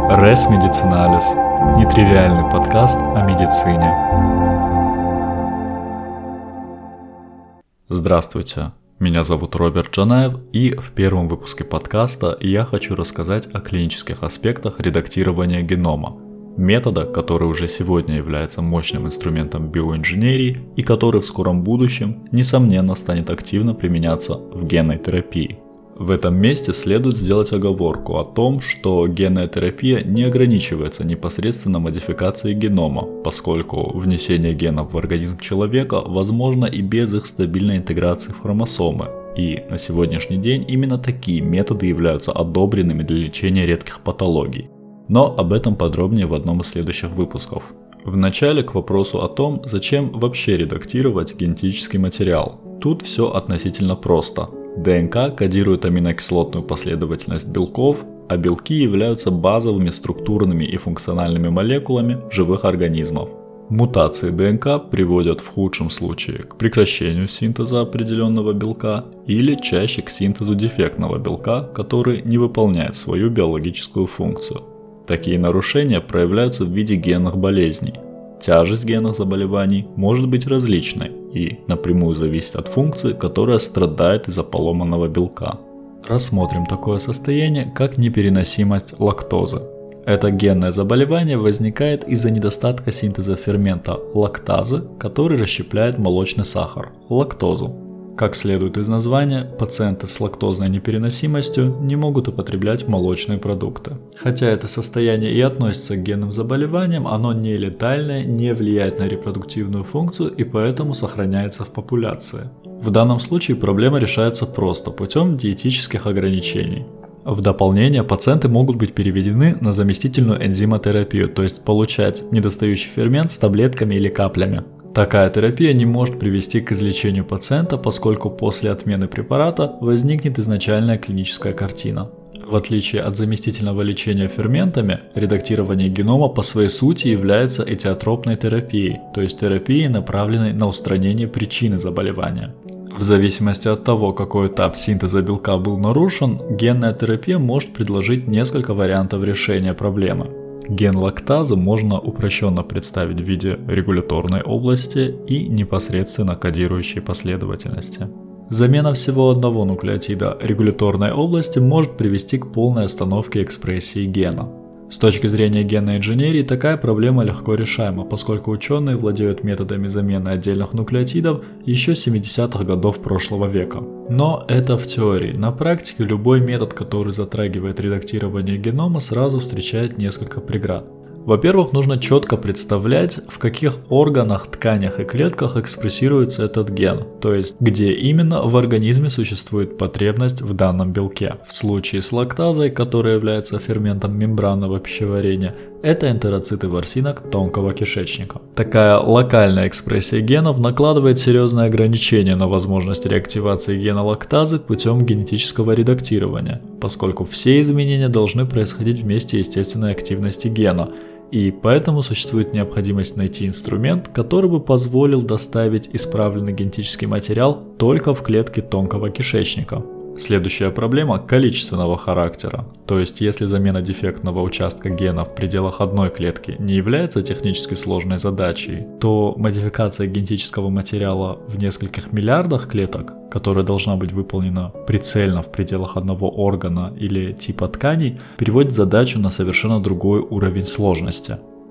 Res Medicinalis – нетривиальный подкаст о медицине. Здравствуйте, меня зовут Роберт Джанаев, и в первом выпуске подкаста я хочу рассказать о клинических аспектах редактирования генома, метода, который уже сегодня является мощным инструментом биоинженерии и который в скором будущем, несомненно, станет активно применяться в генной терапии. В этом месте следует сделать оговорку о том, что генная терапия не ограничивается непосредственно модификацией генома, поскольку внесение генов в организм человека возможно и без их стабильной интеграции в хромосомы. И на сегодняшний день именно такие методы являются одобренными для лечения редких патологий. Но об этом подробнее в одном из следующих выпусков. Вначале к вопросу о том, зачем вообще редактировать генетический материал. Тут все относительно просто. ДНК кодирует аминокислотную последовательность белков, а белки являются базовыми структурными и функциональными молекулами живых организмов. Мутации ДНК приводят в худшем случае к прекращению синтеза определенного белка или чаще к синтезу дефектного белка, который не выполняет свою биологическую функцию. Такие нарушения проявляются в виде генных болезней. Тяжесть генных заболеваний может быть различной и напрямую зависит от функции, которая страдает из-за поломанного белка. Рассмотрим такое состояние, как непереносимость лактозы. Это генное заболевание возникает из-за недостатка синтеза фермента лактазы, который расщепляет молочный сахар – лактозу. Как следует из названия, пациенты с лактозной непереносимостью не могут употреблять молочные продукты. Хотя это состояние и относится к генным заболеваниям, оно не летальное, не влияет на репродуктивную функцию и поэтому сохраняется в популяции. В данном случае проблема решается просто путем диетических ограничений. В дополнение, пациенты могут быть переведены на заместительную энзимотерапию, то есть получать недостающий фермент с таблетками или каплями. Такая терапия не может привести к излечению пациента, поскольку после отмены препарата возникнет изначальная клиническая картина. В отличие от заместительного лечения ферментами, редактирование генома по своей сути является этиотропной терапией, то есть терапией, направленной на устранение причины заболевания. В зависимости от того, какой этап синтеза белка был нарушен, генная терапия может предложить несколько вариантов решения проблемы. Ген лактазы можно упрощенно представить в виде регуляторной области и непосредственно кодирующей последовательности. Замена всего одного нуклеотида регуляторной области может привести к полной остановке экспрессии гена. С точки зрения генной инженерии такая проблема легко решаема, поскольку ученые владеют методами замены отдельных нуклеотидов еще с 70-х годов прошлого века. Но это в теории. На практике любой метод, который затрагивает редактирование генома, сразу встречает несколько преград. Во-первых, нужно четко представлять, в каких органах, тканях и клетках экспрессируется этот ген, то есть где именно в организме существует потребность в данном белке. В случае с лактазой, которая является ферментом мембранного пищеварения, это энтероциты ворсинок тонкого кишечника. Такая локальная экспрессия генов накладывает серьезные ограничения на возможность реактивации гена лактазы путем генетического редактирования, поскольку все изменения должны происходить в месте естественной активности гена. И поэтому существует необходимость найти инструмент, который бы позволил доставить исправленный генетический материал только в клетки тонкого кишечника. Следующая проблема количественного характера, то есть если замена дефектного участка гена в пределах одной клетки не является технически сложной задачей, то модификация генетического материала в нескольких миллиардах клеток, которая должна быть выполнена прицельно в пределах одного органа или типа тканей, переводит задачу на совершенно другой уровень сложности.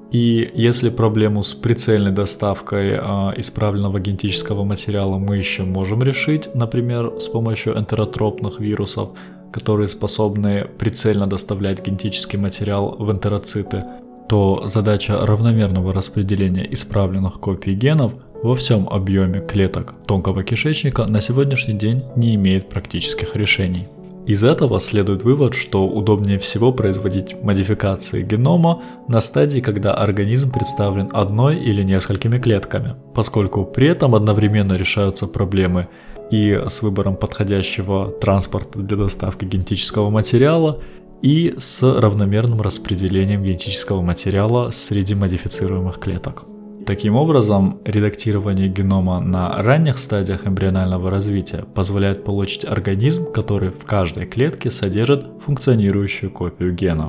И если проблему с прицельной доставкой исправленного генетического материала мы еще можем решить, например, с помощью энтеротропных вирусов, которые способны прицельно доставлять генетический материал в энтероциты, то задача равномерного распределения исправленных копий генов во всем объеме клеток тонкого кишечника на сегодняшний день не имеет практических решений. Из этого следует вывод, что удобнее всего производить модификации генома на стадии, когда организм представлен одной или несколькими клетками, поскольку при этом одновременно решаются проблемы и с выбором подходящего транспорта для доставки генетического материала, и с равномерным распределением генетического материала среди модифицируемых клеток. Таким образом, редактирование генома на ранних стадиях эмбрионального развития позволяет получить организм, который в каждой клетке содержит функционирующую копию гена.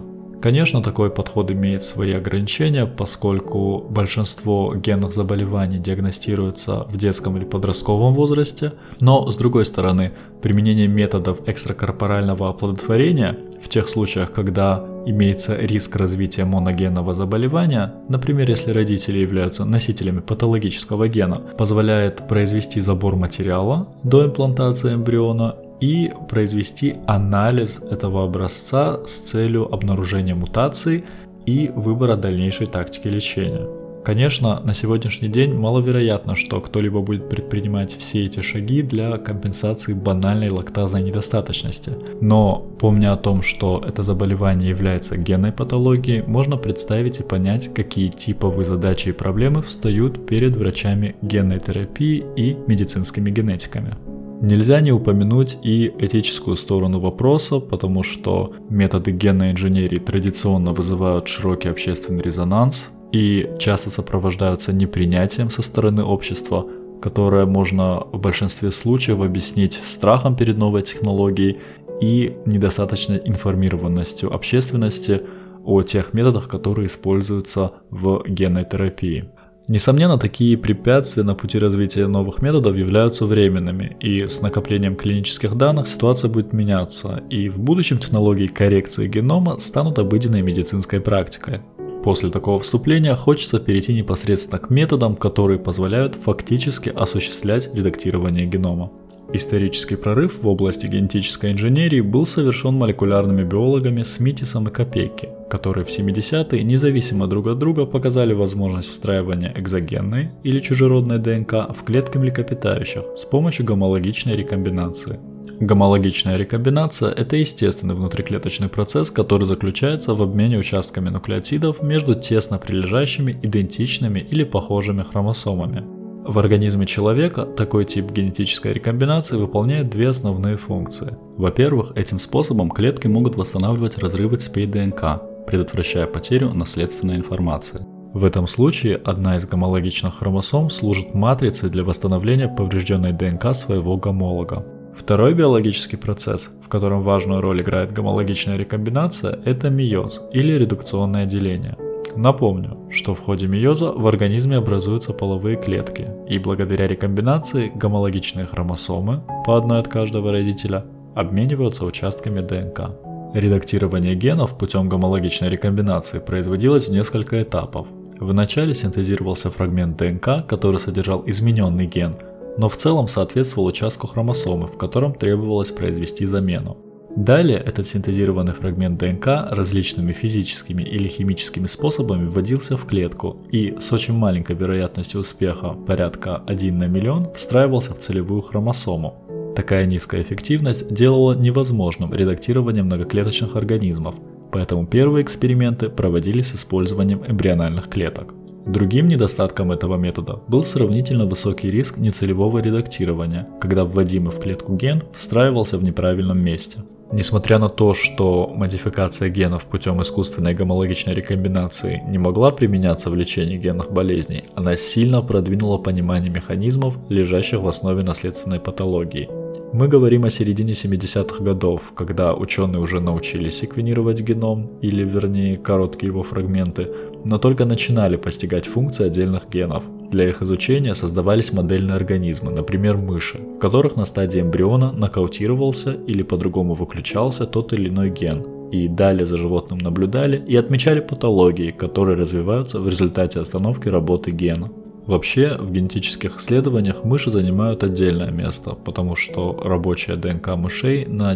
Конечно, такой подход имеет свои ограничения, поскольку большинство генных заболеваний диагностируется в детском или подростковом возрасте, но, с другой стороны, применение методов экстракорпорального оплодотворения в тех случаях, когда имеется риск развития моногенного заболевания, например, если родители являются носителями патологического гена, позволяет произвести забор материала до имплантации эмбриона и произвести анализ этого образца с целью обнаружения мутаций и выбора дальнейшей тактики лечения. Конечно, на сегодняшний день маловероятно, что кто-либо будет предпринимать все эти шаги для компенсации банальной лактазной недостаточности. Но, помня о том, что это заболевание является генной патологией, можно представить и понять, какие типовые задачи и проблемы встают перед врачами генной терапии и медицинскими генетиками. Нельзя не упомянуть и этическую сторону вопроса, потому что методы генной инженерии традиционно вызывают широкий общественный резонанс и часто сопровождаются непринятием со стороны общества, которое можно в большинстве случаев объяснить страхом перед новой технологией и недостаточной информированностью общественности о тех методах, которые используются в генной терапии. Несомненно, такие препятствия на пути развития новых методов являются временными, и с накоплением клинических данных ситуация будет меняться, и в будущем технологии коррекции генома станут обыденной медицинской практикой. После такого вступления хочется перейти непосредственно к методам, которые позволяют фактически осуществлять редактирование генома. Исторический прорыв в области генетической инженерии был совершен молекулярными биологами Смитисом и Копейки, которые в 70-е независимо друг от друга показали возможность встраивания экзогенной или чужеродной ДНК в клетки млекопитающих с помощью гомологичной рекомбинации. Гомологичная рекомбинация – это естественный внутриклеточный процесс, который заключается в обмене участками нуклеотидов между тесно прилежащими, идентичными или похожими хромосомами. В организме человека такой тип генетической рекомбинации выполняет две основные функции. Во-первых, этим способом клетки могут восстанавливать разрывы цепей ДНК, предотвращая потерю наследственной информации. В этом случае одна из гомологичных хромосом служит матрицей для восстановления поврежденной ДНК своего гомолога. Второй биологический процесс, в котором важную роль играет гомологичная рекомбинация, это мейоз или редукционное деление. Напомню, что в ходе мейоза в организме образуются половые клетки, и благодаря рекомбинации гомологичные хромосомы, по одной от каждого родителя, обмениваются участками ДНК. Редактирование генов путем гомологичной рекомбинации производилось в несколько этапов. Вначале синтезировался фрагмент ДНК, который содержал измененный ген, но в целом соответствовал участку хромосомы, в котором требовалось произвести замену. Далее этот синтезированный фрагмент ДНК различными физическими или химическими способами вводился в клетку и с очень маленькой вероятностью успеха, порядка 1 на миллион, встраивался в целевую хромосому. Такая низкая эффективность делала невозможным редактирование многоклеточных организмов, поэтому первые эксперименты проводились с использованием эмбриональных клеток. Другим недостатком этого метода был сравнительно высокий риск нецелевого редактирования, когда вводимый в клетку ген встраивался в неправильном месте. Несмотря на то, что модификация генов путем искусственной гомологичной рекомбинации не могла применяться в лечении генных болезней, она сильно продвинула понимание механизмов, лежащих в основе наследственной патологии. Мы говорим о середине 70-х годов, когда ученые уже научились секвенировать геном, или вернее короткие его фрагменты, но только начинали постигать функции отдельных генов. Для их изучения создавались модельные организмы, например мыши, в которых на стадии эмбриона нокаутировался или по-другому выключался тот или иной ген, и далее за животным наблюдали и отмечали патологии, которые развиваются в результате остановки работы гена. Вообще, в генетических исследованиях мыши занимают отдельное место, потому что рабочая ДНК мышей на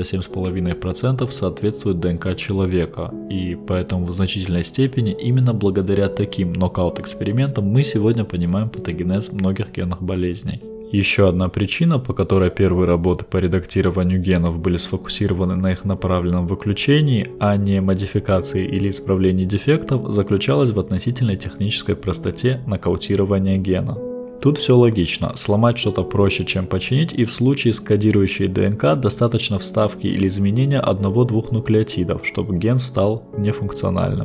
97,5% соответствует ДНК человека, и поэтому в значительной степени именно благодаря таким нокаут-экспериментам мы сегодня понимаем патогенез многих генных болезней. Еще одна причина, по которой первые работы по редактированию генов были сфокусированы на их направленном выключении, а не модификации или исправлении дефектов, заключалась в относительной технической простоте нокаутирования гена. Тут все логично, сломать что-то проще, чем починить, и в случае с кодирующей ДНК достаточно вставки или изменения 1-2 нуклеотидов, чтобы ген стал нефункциональным.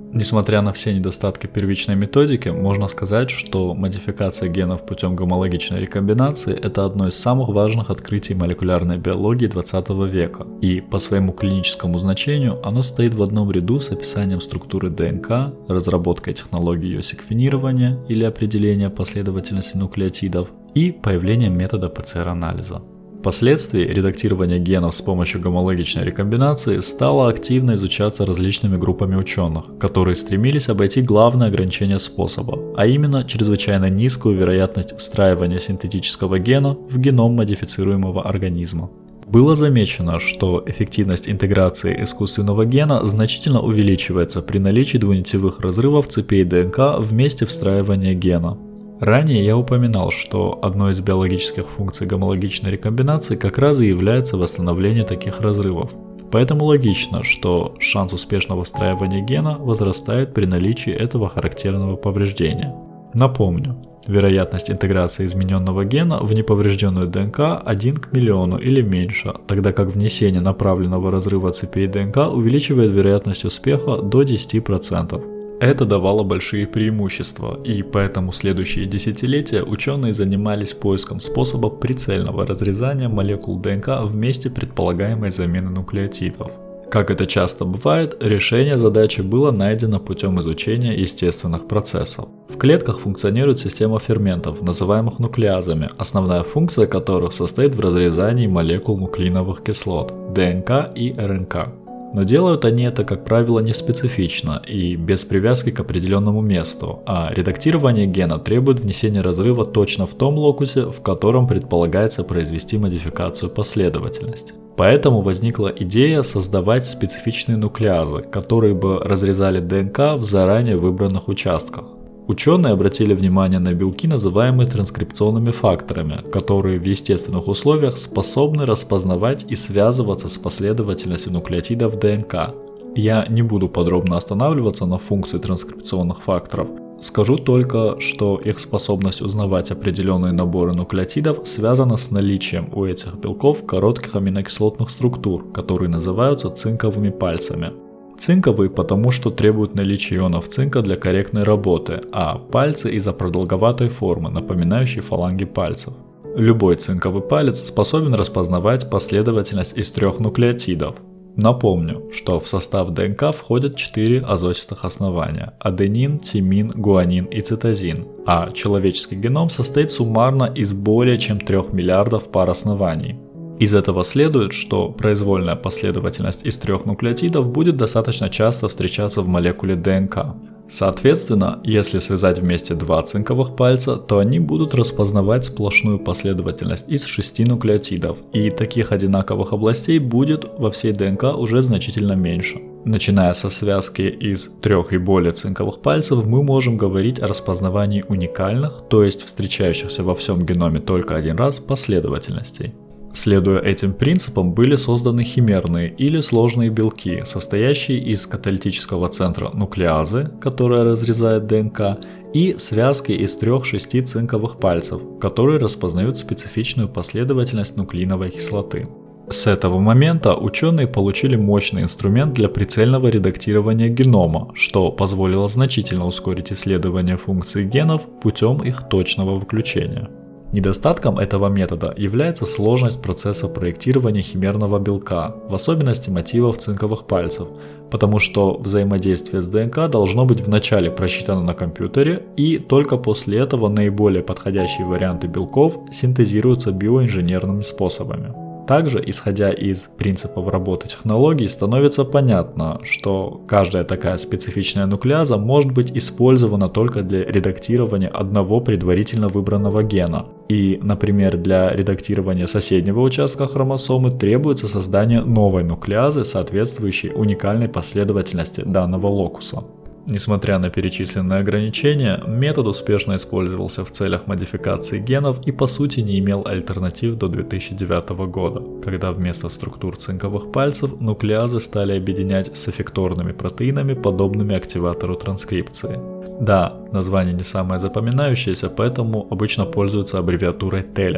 Несмотря на все недостатки первичной методики, можно сказать, что модификация генов путем гомологичной рекомбинации – это одно из самых важных открытий молекулярной биологии 20 века, и по своему клиническому значению оно стоит в одном ряду с описанием структуры ДНК, разработкой технологии ее секвенирования или определения последовательности нуклеотидов и появлением метода ПЦР-анализа. Впоследствии редактирование генов с помощью гомологичной рекомбинации стало активно изучаться различными группами ученых, которые стремились обойти главное ограничение способа, а именно чрезвычайно низкую вероятность встраивания синтетического гена в геном модифицируемого организма. Было замечено, что эффективность интеграции искусственного гена значительно увеличивается при наличии двунитевых разрывов цепей ДНК в месте встраивания гена. Ранее я упоминал, что одной из биологических функций гомологичной рекомбинации как раз и является восстановление таких разрывов. Поэтому логично, что шанс успешного встраивания гена возрастает при наличии этого характерного повреждения. Напомню, вероятность интеграции измененного гена в неповрежденную ДНК 1 к миллиону или меньше, тогда как внесение направленного разрыва цепей ДНК увеличивает вероятность успеха до 10%. Это давало большие преимущества, и поэтому следующие десятилетия ученые занимались поиском способа прицельного разрезания молекул ДНК в месте предполагаемой замены нуклеотидов. Как это часто бывает, решение задачи было найдено путем изучения естественных процессов. В клетках функционирует система ферментов, называемых нуклеазами, основная функция которых состоит в разрезании молекул нуклеиновых кислот – ДНК и РНК. Но делают они это, как правило, не специфично и без привязки к определенному месту, а редактирование гена требует внесения разрыва точно в том локусе, в котором предполагается произвести модификацию последовательности. Поэтому возникла идея создавать специфичные нуклеазы, которые бы разрезали ДНК в заранее выбранных участках. Ученые обратили внимание на белки, называемые транскрипционными факторами, которые в естественных условиях способны распознавать и связываться с последовательностью нуклеотидов ДНК. Я не буду подробно останавливаться на функции транскрипционных факторов, скажу только, что их способность узнавать определенные наборы нуклеотидов связана с наличием у этих белков коротких аминокислотных структур, которые называются цинковыми пальцами. Цинковые, потому что требуют наличия ионов цинка для корректной работы, а пальцы из-за продолговатой формы, напоминающей фаланги пальцев. Любой цинковый палец способен распознавать последовательность из 3 нуклеотидов. Напомню, что в состав ДНК входят 4 азотистых основания – аденин, тимин, гуанин и цитозин, а человеческий геном состоит суммарно из более чем 3 миллиардов пар оснований. Из этого следует, что произвольная последовательность из 3 нуклеотидов будет достаточно часто встречаться в молекуле ДНК. Соответственно, если связать вместе 2 цинковых пальца, то они будут распознавать сплошную последовательность из 6 нуклеотидов, и таких одинаковых областей будет во всей ДНК уже значительно меньше. Начиная со связки из 3 и более цинковых пальцев, мы можем говорить о распознавании уникальных, то есть встречающихся во всем геноме только один раз, последовательностей. Следуя этим принципам, были созданы химерные или сложные белки, состоящие из каталитического центра нуклеазы, которая разрезает ДНК, и связки из 3-6 цинковых пальцев, которые распознают специфичную последовательность нуклеиновой кислоты. С этого момента ученые получили мощный инструмент для прицельного редактирования генома, что позволило значительно ускорить исследование функций генов путем их точного выключения. Недостатком этого метода является сложность процесса проектирования химерного белка, в особенности мотивов цинковых пальцев, потому что взаимодействие с ДНК должно быть вначале просчитано на компьютере, и только после этого наиболее подходящие варианты белков синтезируются биоинженерными способами. Также, исходя из принципов работы технологий, становится понятно, что каждая такая специфичная нуклеаза может быть использована только для редактирования одного предварительно выбранного гена. И, например, для редактирования соседнего участка хромосомы требуется создание новой нуклеазы, соответствующей уникальной последовательности данного локуса. Несмотря на перечисленные ограничения, метод успешно использовался в целях модификации генов и по сути не имел альтернатив до 2009 года, когда вместо структур цинковых пальцев нуклеазы стали объединять с эффекторными протеинами, подобными активатору транскрипции. Да, название не самое запоминающееся, поэтому обычно пользуются аббревиатурой TELEN.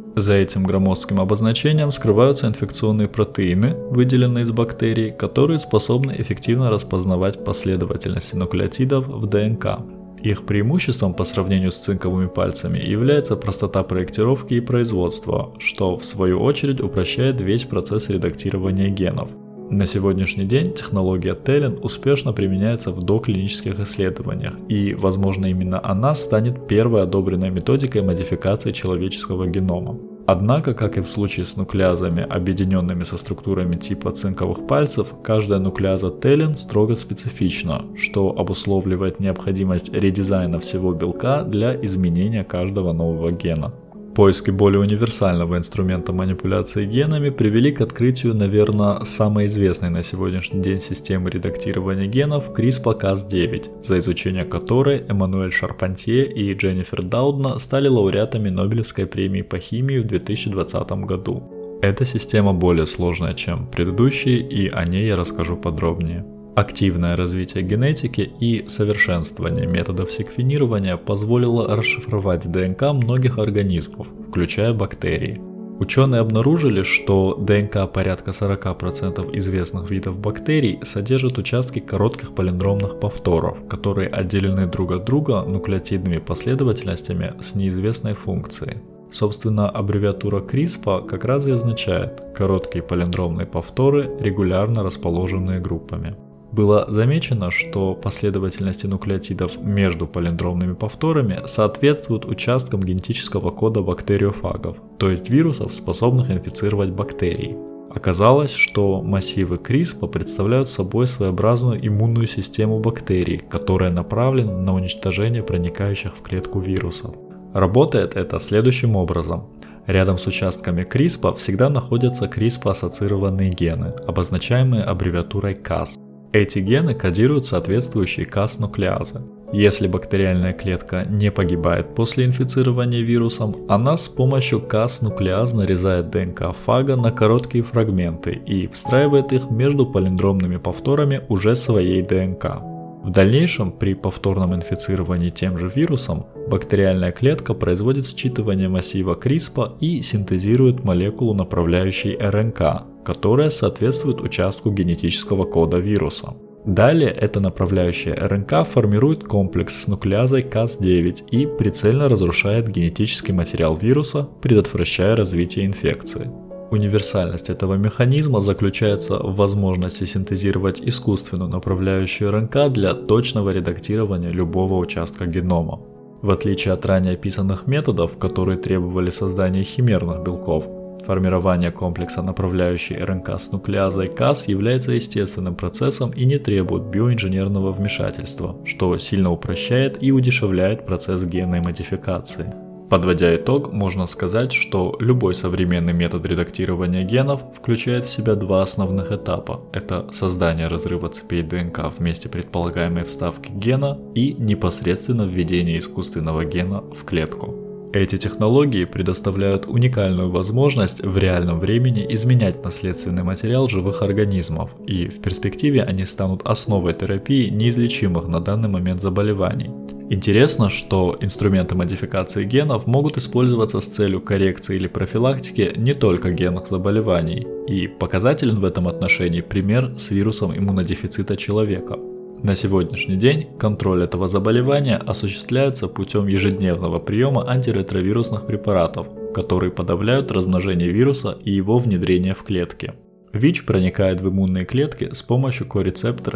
За этим громоздким обозначением скрываются инфекционные протеины, выделенные из бактерий, которые способны эффективно распознавать последовательности нуклеотидов в ДНК. Их преимуществом по сравнению с цинковыми пальцами является простота проектировки и производства, что в свою очередь упрощает весь процесс редактирования генов. На сегодняшний день технология TALEN успешно применяется в доклинических исследованиях, и, возможно, именно она станет первой одобренной методикой модификации человеческого генома. Однако, как и в случае с нуклеазами, объединенными со структурами типа цинковых пальцев, каждая нуклеаза TALEN строго специфична, что обусловливает необходимость редизайна всего белка для изменения каждого нового гена. Поиски более универсального инструмента манипуляции генами привели к открытию, наверное, самой известной на сегодняшний день системы редактирования генов CRISPR-Cas9, за изучение которой Эммануэль Шарпантье и Дженнифер Даудна стали лауреатами Нобелевской премии по химии в 2020 году. Эта система более сложная, чем предыдущие, и о ней я расскажу подробнее. Активное развитие генетики и совершенствование методов секвенирования позволило расшифровать ДНК многих организмов, включая бактерии. Ученые обнаружили, что ДНК порядка 40% известных видов бактерий содержит участки коротких палиндромных повторов, которые отделены друг от друга нуклеотидными последовательностями с неизвестной функцией. Собственно, аббревиатура CRISPR как раз и означает короткие палиндромные повторы, регулярно расположенные группами. Было замечено, что последовательности нуклеотидов между палиндромными повторами соответствуют участкам генетического кода бактериофагов, то есть вирусов, способных инфицировать бактерии. Оказалось, что массивы CRISPR представляют собой своеобразную иммунную систему бактерий, которая направлена на уничтожение проникающих в клетку вирусов. Работает это следующим образом. Рядом с участками CRISPR всегда находятся CRISPR-ассоциированные гены, обозначаемые аббревиатурой Cas. Эти гены кодируют соответствующие Cas-нуклеазы. Если бактериальная клетка не погибает после инфицирования вирусом, она с помощью Cas-нуклеаз нарезает ДНК фага на короткие фрагменты и встраивает их между палиндромными повторами уже своей ДНК. В дальнейшем, при повторном инфицировании тем же вирусом, бактериальная клетка производит считывание массива CRISPR и синтезирует молекулу направляющей РНК, которая соответствует участку генетического кода вируса. Далее эта направляющая РНК формирует комплекс с нуклеазой Cas9 и прицельно разрушает генетический материал вируса, предотвращая развитие инфекции. Универсальность этого механизма заключается в возможности синтезировать искусственную направляющую РНК для точного редактирования любого участка генома. В отличие от ранее описанных методов, которые требовали создания химерных белков, формирование комплекса направляющей РНК с нуклеазой Cas является естественным процессом и не требует биоинженерного вмешательства, что сильно упрощает и удешевляет процесс генной модификации. Подводя итог, можно сказать, что любой современный метод редактирования генов включает в себя два основных этапа. Это создание разрыва цепей ДНК в месте предполагаемой вставки гена и непосредственно введение искусственного гена в клетку. Эти технологии предоставляют уникальную возможность в реальном времени изменять наследственный материал живых организмов, и в перспективе они станут основой терапии неизлечимых на данный момент заболеваний. Интересно, что инструменты модификации генов могут использоваться с целью коррекции или профилактики не только генных заболеваний, и показателен в этом отношении пример с вирусом иммунодефицита человека. На сегодняшний день контроль этого заболевания осуществляется путем ежедневного приема антиретровирусных препаратов, которые подавляют размножение вируса и его внедрение в клетки. ВИЧ проникает в иммунные клетки с помощью корецептора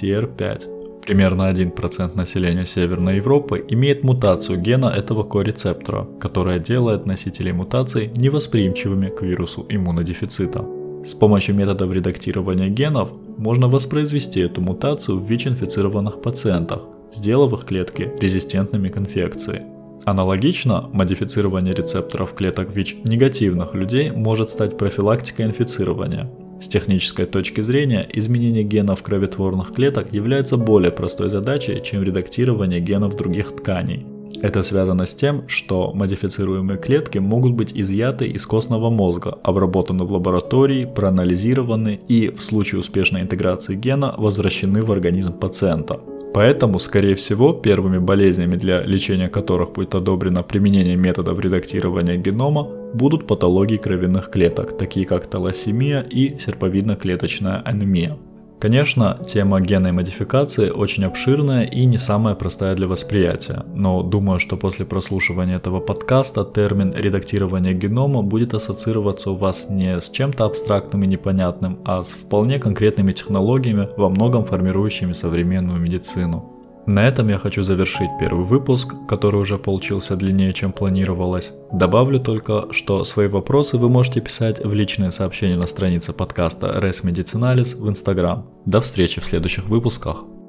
CCR5. Примерно 1% населения Северной Европы имеет мутацию гена этого корецептора, которая делает носителей мутаций невосприимчивыми к вирусу иммунодефицита. С помощью методов редактирования генов можно воспроизвести эту мутацию в ВИЧ-инфицированных пациентах, сделав их клетки резистентными к инфекции. Аналогично, модифицирование рецепторов клеток ВИЧ негативных людей может стать профилактикой инфицирования. С технической точки зрения, изменение генов кроветворных клеток является более простой задачей, чем редактирование генов других тканей. Это связано с тем, что модифицируемые клетки могут быть изъяты из костного мозга, обработаны в лаборатории, проанализированы и, в случае успешной интеграции гена, возвращены в организм пациента. Поэтому, скорее всего, первыми болезнями, для лечения которых будет одобрено применение методов редактирования генома, будут патологии кровяных клеток, такие как талассемия и серповидно-клеточная анемия. Конечно, тема генной модификации очень обширная и не самая простая для восприятия, но думаю, что после прослушивания этого подкаста термин редактирование генома будет ассоциироваться у вас не с чем-то абстрактным и непонятным, а с вполне конкретными технологиями, во многом формирующими современную медицину. На этом я хочу завершить первый выпуск, который уже получился длиннее, чем планировалось. Добавлю только, что свои вопросы вы можете писать в личные сообщения на странице подкаста Res Medicinalis в Instagram. До встречи в следующих выпусках.